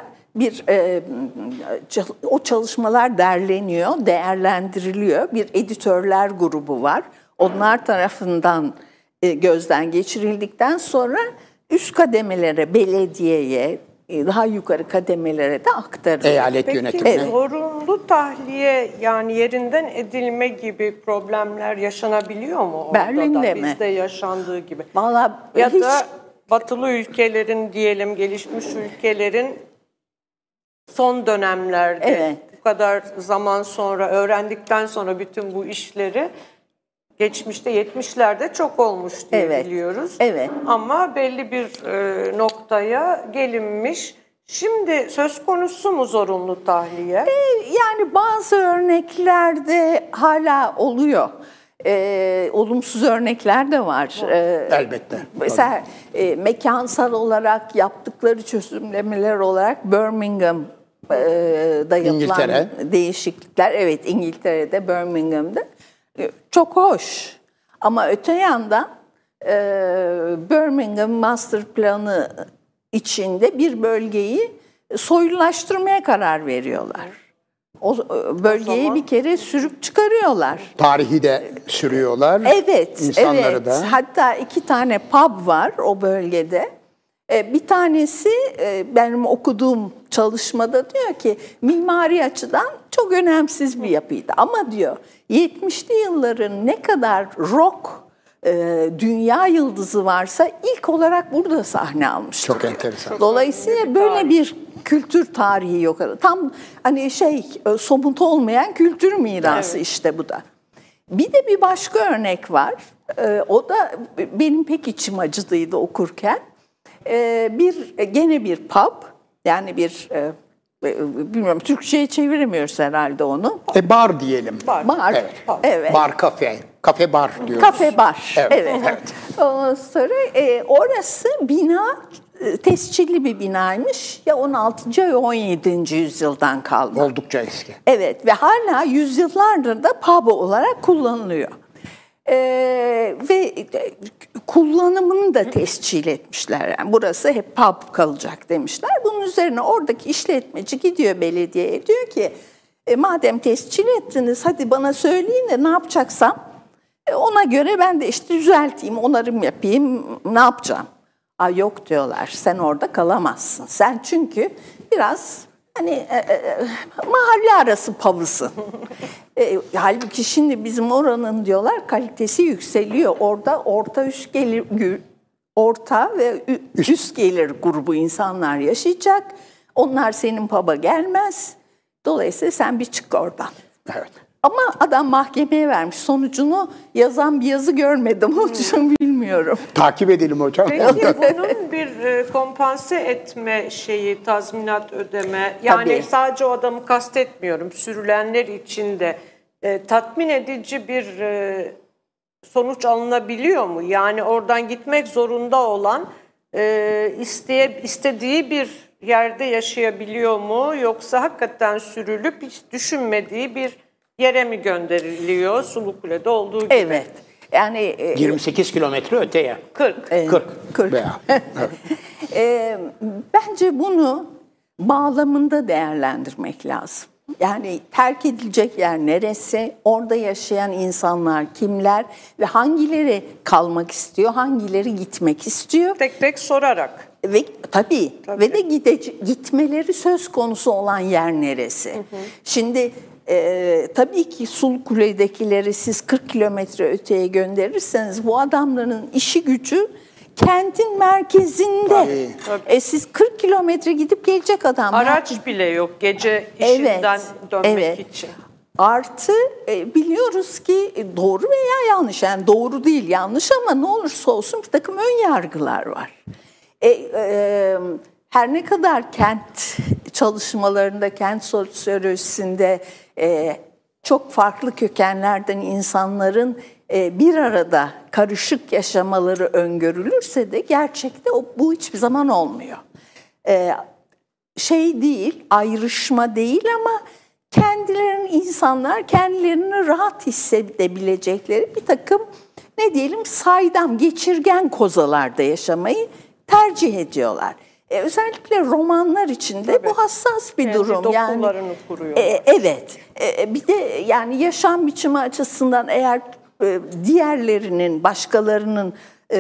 o çalışmalar derleniyor, değerlendiriliyor. Bir editörler grubu var. Onlar tarafından gözden geçirildikten sonra üst kademelere, belediyeye, daha yukarı kademelere de aktarılıyor. Eyalet yönetimine. Peki zorunlu tahliye yani yerinden edilme gibi problemler yaşanabiliyor mu orada Berlin'de da? mi? Bizde yaşandığı gibi. Vallahi Ya hiç... da batılı ülkelerin diyelim gelişmiş ülkelerin son dönemlerde bu kadar zaman sonra öğrendikten sonra bütün bu işleri geçmişte 70'lerde çok olmuş diye biliyoruz. Evet. Ama belli bir noktaya gelinmiş. Şimdi söz konusu mu zorunlu tahliye? Yani bazı örneklerde hala oluyor. Olumsuz örnekler de var. Elbette. Mesela mekansal olarak yaptıkları çözümlemeler olarak Birmingham'da yapılan değişiklikler, evet İngiltere'de, Birmingham'da çok hoş. Ama öte yandan Birmingham Master Planı içinde bir bölgeyi soylulaştırmaya karar veriyorlar. O bölgeyi bir kere sürüp çıkarıyorlar. Tarihi de sürüyorlar. Evet, insanları da. Hatta 2 tane pub var o bölgede. Bir tanesi benim okuduğum çalışmada diyor ki mimari açıdan çok önemsiz bir yapıydı. Ama diyor 70'li yılların ne kadar rock dünya yıldızı varsa ilk olarak burada sahne almıştı. Çok enteresan. Dolayısıyla böyle bir kültür tarihi yok. Tam hani somut olmayan kültür mirası işte bu da. Bir de bir başka örnek var. O da benim pek içim acıdıydı okurken. Gene bir pub, yani bilmiyorum Türkçe'ye çeviremiyoruz herhalde onu. Bar diyelim. Bar. Evet. Bar kafe. Kafe bar diyoruz. Kafe bar. Evet. Ondan sonra orası bina tescilli bir binaymış. Ya 16. ya 17. yüzyıldan kalma. Oldukça eski. Evet ve hala yüzyıllardır da pub olarak kullanılıyor. Ve kullanımını da tescil etmişler. Yani burası hep pub kalacak demişler. Bunun üzerine oradaki işletmeci gidiyor belediyeye, diyor ki madem tescil ettiniz hadi bana söyleyin de ne yapacaksam ona göre ben de işte düzelteyim, onarım yapayım, ne yapacağım? Yok diyorlar, sen orada kalamazsın. Sen çünkü biraz hani mahalle arası pub'ısın. Halbuki şimdi bizim oranın diyorlar kalitesi yükseliyor. Orada orta ve üst gelir grubu insanlar yaşayacak. Onlar senin pub'a gelmez. Dolayısıyla sen bir çık oradan. Evet. Ama adam mahkemeye vermiş. Sonucunu yazan bir yazı görmedim. Onun için bilmiyorum. Takip edelim hocam. Peki bunun bir kompanse etme şeyi, tazminat ödeme, yani Tabii. sadece o adamı kastetmiyorum, sürülenler için de tatmin edici bir sonuç alınabiliyor mu? Yani oradan gitmek zorunda olan istediği bir yerde yaşayabiliyor mu? Yoksa hakikaten sürülüp hiç düşünmediği bir yere mi gönderiliyor? Sulukule'de olduğu gibi. Evet. Yani 28 kilometre öteye. 40. 40. Veya. Evet. Bence bunu bağlamında değerlendirmek lazım. Yani terk edilecek yer neresi, orada yaşayan insanlar kimler ve hangileri kalmak istiyor, hangileri gitmek istiyor. Tek tek sorarak. Ve tabii. Ve de gitmeleri söz konusu olan yer neresi? Şimdi tabii ki Sulkule'dekileri siz 40 kilometre öteye gönderirseniz bu adamların işi gücü kentin merkezinde. Siz 40 kilometre gidip gelecek adamlar. Araç bile yok gece işinden dönmek için. Artı biliyoruz ki doğru veya yanlış, yani doğru değil yanlış ama ne olursa olsun bir takım ön yargılar var. Her ne kadar kent çalışmalarında, kent sosyolojisinde çok farklı kökenlerden insanların bir arada karışık yaşamaları öngörülürse de gerçekte bu hiçbir zaman olmuyor. Değil, ayrışma değil ama insanlar kendilerini rahat hissedebilecekleri bir takım saydam, geçirgen kozalarda yaşamayı tercih ediyorlar. Özellikle romanlar içinde bu hassas bir durum. Dokularını kuruyorlar. Evet. Bir de yani yaşam biçimi açısından eğer diğerlerinin, başkalarının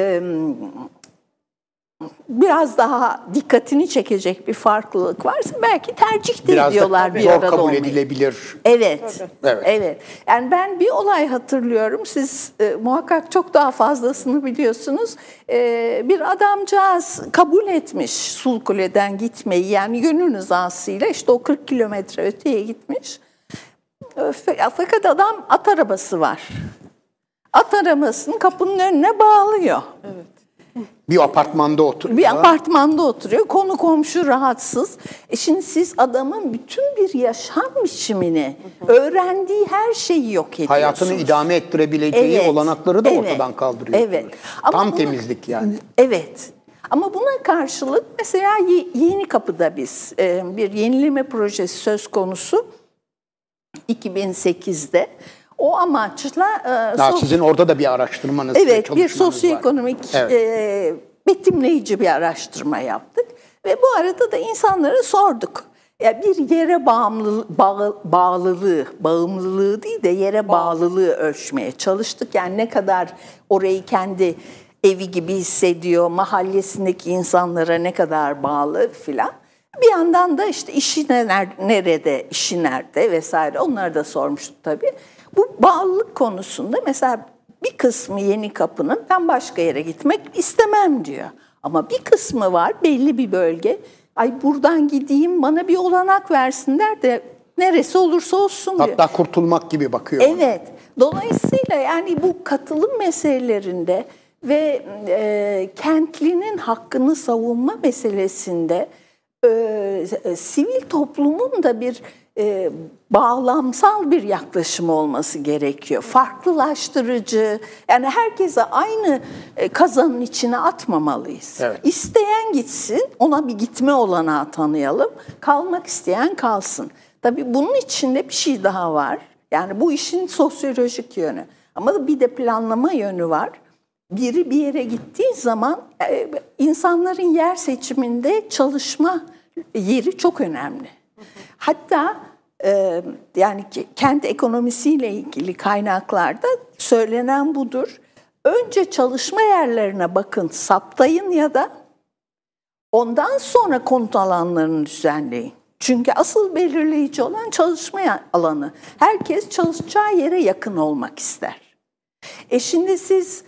biraz daha dikkatini çekecek bir farklılık varsa belki tercih de ediyorlar bir arada olmayı. Zor kabul edilebilir. Evet. Yani ben bir olay hatırlıyorum. Siz muhakkak çok daha fazlasını biliyorsunuz. Bir adamcağız kabul etmiş Sulkule'den gitmeyi. Yani gönül rızasıyla işte o 40 kilometre öteye gitmiş. Fakat adam at arabası var. At arabasını kapının önüne bağlıyor. Evet. Bir apartmanda oturuyor. Konu komşu rahatsız. Şimdi siz adamın bütün bir yaşam biçimini, öğrendiği her şeyi yok ediyorsunuz. Hayatını idame ettirebileceği olanakları da ortadan kaldırıyorsunuz. Evet. Tam temizlik yani. Evet. Ama buna karşılık mesela Yenikapı'da biz bir yenileme projesi söz konusu 2008'de. O amaçla... sizin orada da bir araştırmanız, çalışmanız bir sosyoekonomik betimleyici bir araştırma yaptık. Ve bu arada da insanlara sorduk. Bir yere bağımlılığı değil de yere bağlılığı ölçmeye çalıştık. Yani ne kadar orayı kendi evi gibi hissediyor, mahallesindeki insanlara ne kadar bağlı filan. Bir yandan da işte işi nerede, işi nerede vesaire onları da sormuştuk tabii. Bu bağlılık konusunda mesela bir kısmı Yenikapı'nın ben başka yere gitmek istemem diyor. Ama bir kısmı var belli bir bölge. Buradan gideyim bana bir olanak versinler de neresi olursa olsun diyor. Hatta kurtulmak gibi bakıyor. Evet. Dolayısıyla yani bu katılım meselelerinde ve kentlinin hakkını savunma meselesinde sivil toplumun da bir bağlamsal bir yaklaşım olması gerekiyor. Farklılaştırıcı, yani herkese aynı kazanın içine atmamalıyız. Evet. İsteyen gitsin, ona bir gitme olanağı tanıyalım. Kalmak isteyen kalsın. Tabii bunun içinde bir şey daha var. Yani bu işin sosyolojik yönü. Ama bir de planlama yönü var. Biri bir yere gittiği zaman insanların yer seçiminde çalışma yeri çok önemli. Hatta yani kent ekonomisiyle ilgili kaynaklarda söylenen budur. Önce çalışma yerlerine bakın, saptayın ya da ondan sonra konut alanlarını düzenleyin. Çünkü asıl belirleyici olan çalışma alanı. Herkes çalışacağı yere yakın olmak ister. Şimdi siz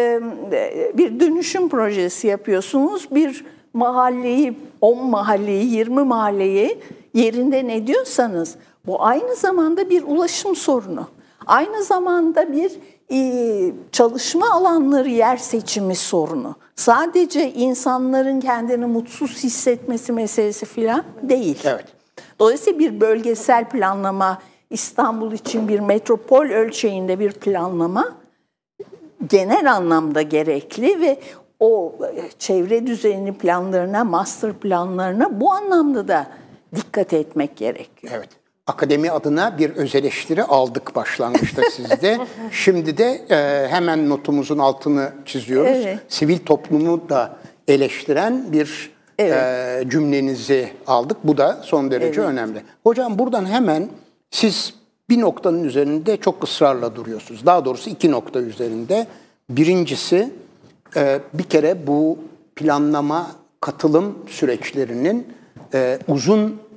bir dönüşüm projesi yapıyorsunuz. Bir mahalleyi, 10 mahalleyi, 20 mahalleyi yerinde ne diyorsanız bu aynı zamanda bir ulaşım sorunu. Aynı zamanda bir çalışma alanları yer seçimi sorunu. Sadece insanların kendini mutsuz hissetmesi meselesi falan değil. Evet. Dolayısıyla bir bölgesel planlama, İstanbul için bir metropol ölçeğinde bir planlama genel anlamda gerekli ve o çevre düzeni planlarına, master planlarına bu anlamda da dikkat etmek gerekiyor. Evet. Akademi adına bir öz eleştiri aldık başlangıçta sizde. Şimdi de hemen notumuzun altını çiziyoruz. Evet. Sivil toplumu da eleştiren bir cümlenizi aldık. Bu da son derece önemli. Hocam buradan hemen siz bir noktanın üzerinde çok ısrarla duruyorsunuz. Daha doğrusu 2 nokta üzerinde. Birincisi bir kere bu planlama, katılım süreçlerinin uzun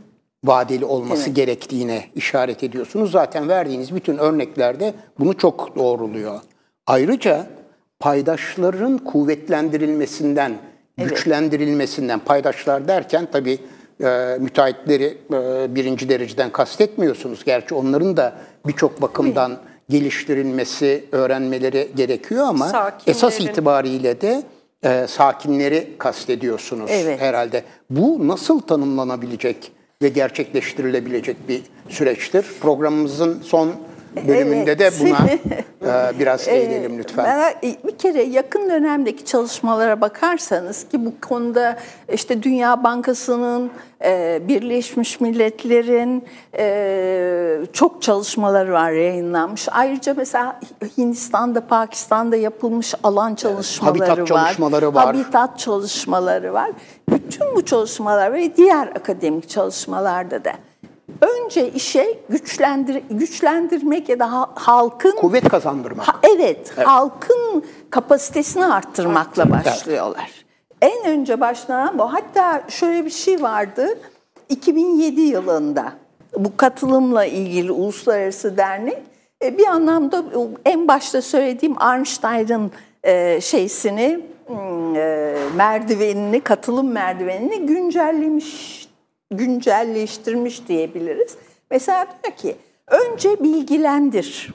vadeli olması gerektiğine işaret ediyorsunuz. Zaten verdiğiniz bütün örneklerde bunu çok doğruluyor. Ayrıca paydaşların kuvvetlendirilmesinden, güçlendirilmesinden, paydaşlar derken tabii müteahhitleri birinci dereceden kastetmiyorsunuz. Gerçi onların da birçok bakımdan geliştirilmesi, öğrenmeleri gerekiyor ama esas itibariyle de sakinleri kastediyorsunuz herhalde. Bu nasıl tanımlanabilecek ve gerçekleştirilebilecek bir süreçtir? Programımızın son bölümünde de buna biraz eğilelim lütfen. Bir kere yakın dönemdeki çalışmalara bakarsanız ki bu konuda işte Dünya Bankası'nın, Birleşmiş Milletler'in çok çalışmaları var, yayınlanmış. Ayrıca mesela Hindistan'da, Pakistan'da yapılmış alan çalışmaları habitat çalışmaları var. Habitat çalışmaları var. Bütün bu çalışmalar ve diğer akademik çalışmalarda da önce işe güçlendirmek ya da halkın kuvvet kazandırmak. Halkın kapasitesini arttırmakla başlıyorlar. En önce başlanan bu. Hatta şöyle bir şey vardı. 2007 yılında bu katılımla ilgili uluslararası dernek bir anlamda en başta söylediğim Einstein'ın merdivenini, katılım merdivenini güncelleştirmiş diyebiliriz. Mesela diyor ki önce bilgilendir.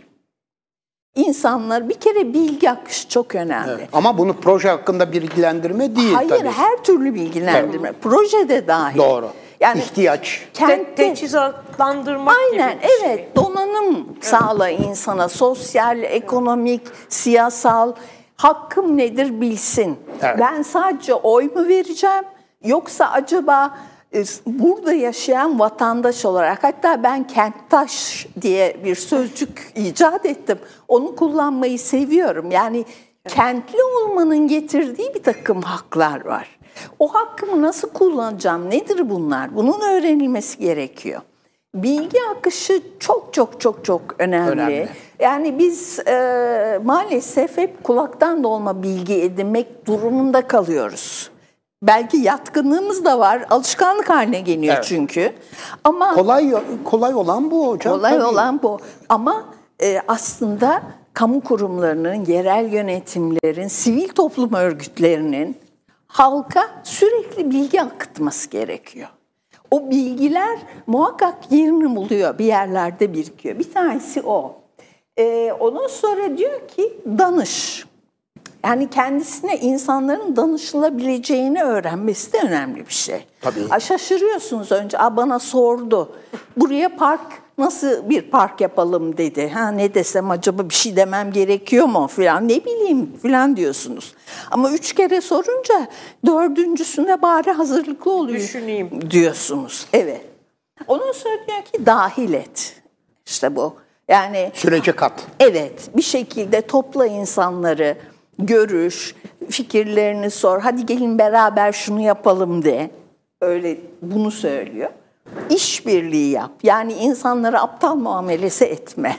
İnsanlar bir kere bilgi akışı çok önemli. Evet. Ama bunu proje hakkında bilgilendirme değil tabii. Hayır, her türlü bilgilendirme. Evet. Projede dahil. Doğru. Yani ihtiyaç. Teçhizatlandırmak gibi bir şey. Donanım sağla insana. Sosyal, ekonomik, siyasal. Hakkım nedir bilsin. Evet. Ben sadece oy mu vereceğim? Yoksa acaba burada yaşayan vatandaş olarak, hatta ben kenttaş diye bir sözcük icat ettim. Onu kullanmayı seviyorum. Yani kentli olmanın getirdiği bir takım haklar var. O hakkımı nasıl kullanacağım? Nedir bunlar? Bunun öğrenilmesi gerekiyor. Bilgi akışı çok önemli. Yani biz maalesef hep kulaktan dolma bilgi edinmek durumunda kalıyoruz. Belki yatkınlığımız da var, alışkanlık haline geliyor çünkü. Ama kolay olan bu hocam. Kolay olan bu. Ama aslında kamu kurumlarının, yerel yönetimlerin, sivil toplum örgütlerinin halka sürekli bilgi akıtması gerekiyor. O bilgiler muhakkak yerini buluyor, bir yerlerde birikiyor. Bir tanesi o. Ondan sonra diyor ki danış. Yani kendisine insanların danışılabileceğini öğrenmesi de önemli bir şey. Tabii. Şaşırıyorsunuz önce. Bana sordu. Buraya park, nasıl bir park yapalım dedi. Ne desem acaba, bir şey demem gerekiyor mu filan, ne bileyim filan diyorsunuz. Ama 3 kere sorunca 4.'sünde bari hazırlıklı oluyor. Düşüneyim diyorsunuz. Evet. Ondan sonra diyor ki dahil et. İşte bu. Yani sürece kat. Evet. Bir şekilde topla insanları, görüş, fikirlerini sor. Hadi gelin beraber şunu yapalım de. Öyle bunu söylüyor. İşbirliği yap. Yani insanlara aptal muamelesi etme.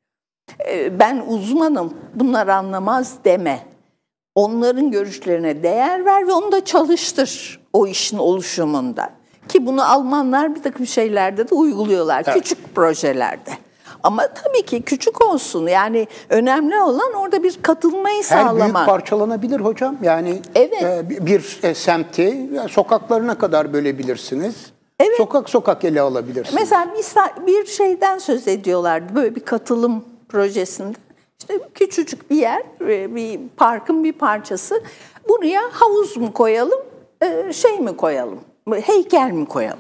Ben uzmanım, bunlar anlamaz deme. Onların görüşlerine değer ver ve onu da çalıştır o işin oluşumunda. Ki bunu Almanlar bir takım şeylerde de uyguluyorlar. Evet. Küçük projelerde. Ama tabii ki küçük olsun. Yani önemli olan orada bir katılmayı sağlamak. Her büyük parçalanabilir hocam. Yani bir semti sokaklarına kadar bölebilirsiniz. Evet. Sokak ele alabilirsiniz. Mesela bir şeyden söz ediyorlardı. Böyle bir katılım projesinde. İşte küçücük bir yer, bir parkın bir parçası. Buraya havuz mu koyalım, mi koyalım, heykel mi koyalım?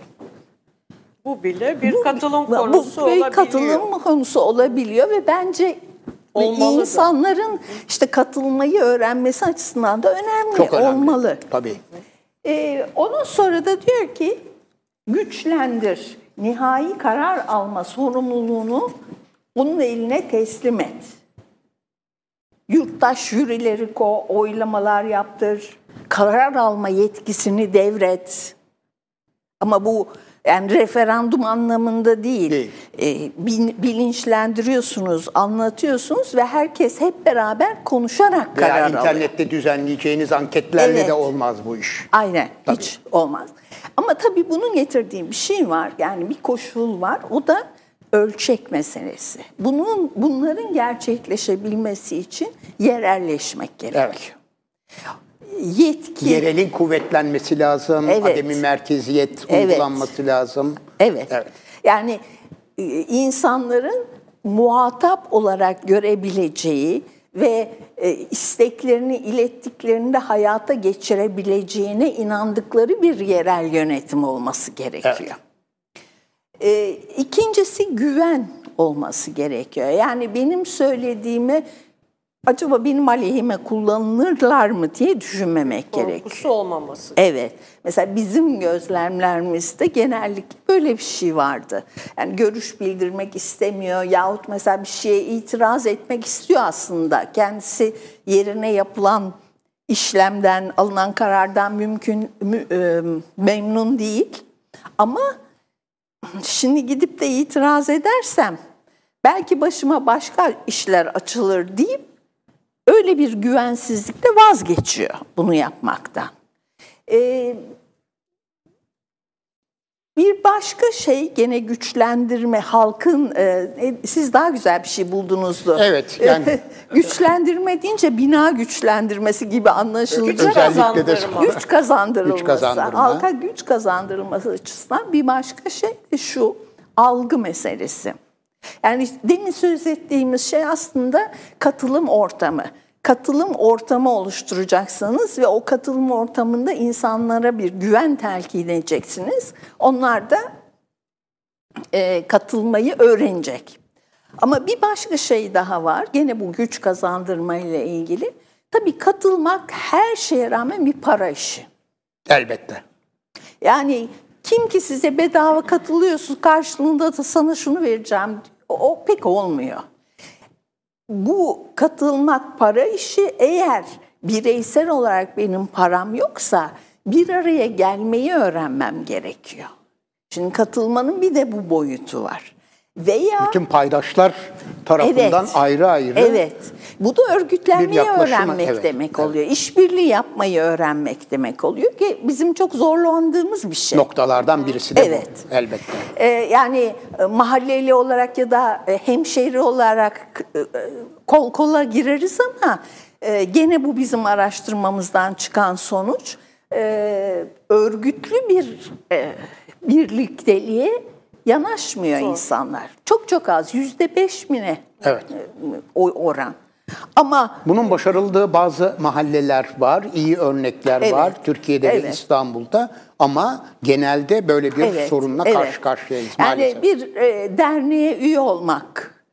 Bu bile bir katılım konusu olabiliyor. Bir katılım konusu olabiliyor ve bence insanların işte katılmayı öğrenmesi açısından da önemli olmalı. Tabii. Ondan sonra da diyor ki güçlendir, nihai karar alma sorumluluğunu onun eline teslim et. Yurttaş jürileri oylamalar yaptır, karar alma yetkisini devret. Ama bu yani referandum anlamında değil. Bilinçlendiriyorsunuz, anlatıyorsunuz ve herkes hep beraber konuşarak karar alıyor. İnternette düzenleyeceğiniz anketlerle de olmaz bu iş. Aynen, tabii. Hiç olmaz. Ama tabii bunun getirdiği bir şey var. Yani bir koşul var. O da ölçek meselesi. Bunların gerçekleşebilmesi için yerelleşmek gerekiyor. Evet. Yetki. Yerelin kuvvetlenmesi lazım. Evet. Ademi merkeziyet uygulanması lazım. Evet. Yani insanların muhatap olarak görebileceği ve isteklerini ilettiklerinde hayata geçirebileceğine inandıkları bir yerel yönetim olması gerekiyor. İkincisi güven olması gerekiyor. Yani benim söylediğimi acaba benim aleyhime kullanırlar mı diye düşünmemek gerekiyor. Korkusu olmaması. Evet. Mesela bizim gözlemlerimizde genellikle böyle bir şey vardı. Yani görüş bildirmek istemiyor yahut mesela bir şeye itiraz etmek istiyor aslında. Kendisi yerine yapılan işlemden, alınan karardan memnun değil. Ama şimdi gidip de itiraz edersem belki başıma başka işler açılır deyip öyle bir güvensizlikle vazgeçiyor bunu yapmaktan. Bir başka şey gene güçlendirme, halkın, siz daha güzel bir şey buldunuzdu. Evet. Yani güçlendirme deyince bina güçlendirmesi gibi anlaşılacak. özellikle de Güç kazandırılması. Güç kazandırma. Halka güç kazandırılması açısından bir başka şey de şu, algı meselesi. Yani demin söz ettiğimiz şey aslında katılım ortamı. Katılım ortamı oluşturacaksınız ve o katılım ortamında insanlara bir güven telkin edeceksiniz. Onlar da katılmayı öğrenecek. Ama bir başka şey daha var. Gene bu güç kazandırma ile ilgili. Tabii katılmak her şeye rağmen bir para işi. elbette. Yani kim ki size bedava katılıyorsun karşılığında da sana şunu vereceğim. O pek olmuyor. Bu katılmak para işi, eğer bireysel olarak benim param yoksa bir araya gelmeyi öğrenmem gerekiyor. Şimdi katılmanın bir de bu boyutu var. Veya bütün paydaşlar tarafından ayrı ayrı. Evet. Bu da örgütlenmeyi öğrenmek evet, demek oluyor. İşbirliği yapmayı öğrenmek demek oluyor ki bizim çok zorlandığımız bir şey. Noktalardan birisi de bu. Elbette. Yani mahalleli olarak ya da hemşehri olarak kol kola gireriz ama gene bu bizim araştırmamızdan çıkan sonuç. Örgütlü bir birlikteliğe yanaşmıyor insanlar. Çok az, %5 mi ne? Evet. O oran. Ama bunun başarıldığı bazı mahalleler var, iyi örnekler var Türkiye'de ve İstanbul'da, ama genelde böyle bir sorunla karşı karşıyayız maalesef. Yani bir derneğe üye olmak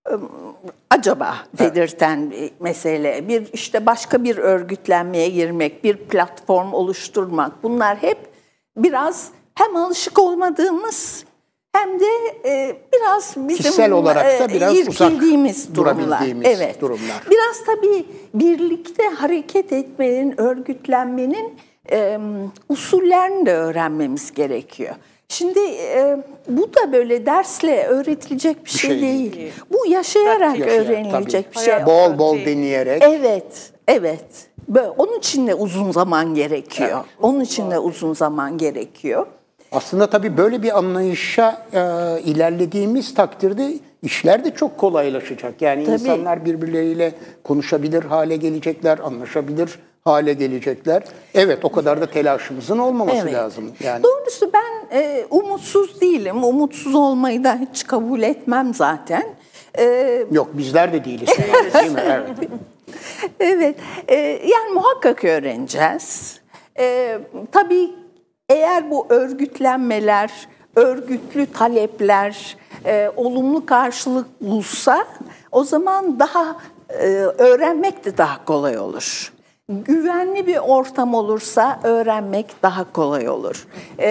acaba dedirten bir mesele. Bir işte başka bir örgütlenmeye girmek, bir platform oluşturmak. Bunlar hep biraz hem alışık olmadığımız hem de biraz bizim kişisel olarak da biraz irkildiğimiz durumlar. Durumlar. Biraz tabii birlikte hareket etmenin, örgütlenmenin usullerini de öğrenmemiz gerekiyor. Şimdi bu da böyle dersle öğretilecek bir şey değil. Bu yaşayarak öğrenilecek bir şey. Bol bol deneyerek. Evet. Onun için de uzun zaman gerekiyor. Onun için de uzun zaman gerekiyor. Aslında tabii böyle bir anlayışa ilerlediğimiz takdirde işler de çok kolaylaşacak. Yani insanlar birbirleriyle konuşabilir hale gelecekler, anlaşabilir hale gelecekler. Evet, o kadar da telaşımızın olmaması lazım. Yani. Doğrusu ben umutsuz değilim. Umutsuz olmayı da hiç kabul etmem zaten. Yok, bizler de değiliz. Değil mi? Evet. Evet. Yani muhakkak öğreneceğiz. Tabii eğer bu örgütlenmeler, örgütlü talepler olumlu karşılık bulsa o zaman daha öğrenmek de daha kolay olur. Güvenli bir ortam olursa öğrenmek daha kolay olur.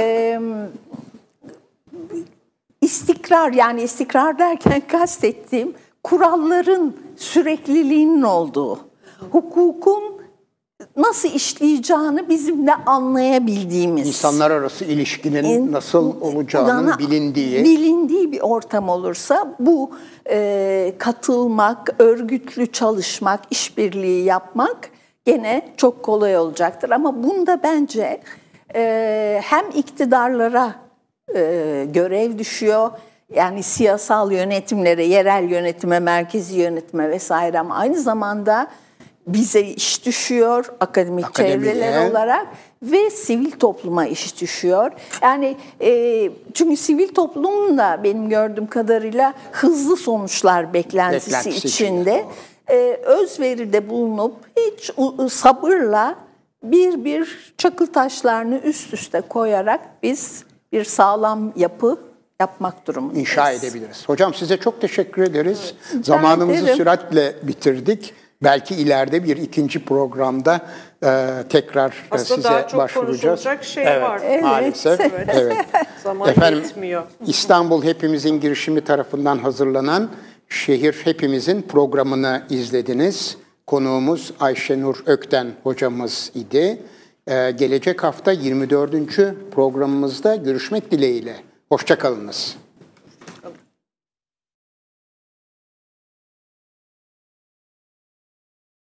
İstikrar, yani istikrar derken kastettiğim kuralların sürekliliğinin olduğu, hukukun nasıl işleyeceğini bizim de anlayabildiğimiz, İnsanlar arası ilişkinin nasıl olacağının bilindiği bir ortam olursa bu katılmak, örgütlü çalışmak, işbirliği yapmak gene çok kolay olacaktır. Ama bunda bence hem iktidarlara görev düşüyor. Yani siyasal yönetimlere, yerel yönetime, merkezi yönetime vesaire, ama aynı zamanda bize iş düşüyor akademik çevreler olarak ve sivil topluma iş düşüyor. Yani çünkü sivil toplumun da benim gördüğüm kadarıyla hızlı sonuçlar beklentisi içinde özveride bulunup hiç sabırla bir çakıl taşlarını üst üste koyarak biz bir sağlam yapı yapmak durumundayız. İnşa edebiliriz. Hocam size çok teşekkür ederiz. Evet. Zamanımızı süratle bitirdik. Belki ileride bir ikinci programda tekrar aslında size daha çok başvuracağız. Konuşulacak şey var. Evet. Maalesef. Evet. Zaman Efendim, yetmiyor. İstanbul Hepimizin girişimi tarafından hazırlanan Şehir Hepimizin programını izlediniz. Konuğumuz Ayşenur Ökten hocamız idi. Gelecek hafta 24. programımızda görüşmek dileğiyle. Hoşça kalınız.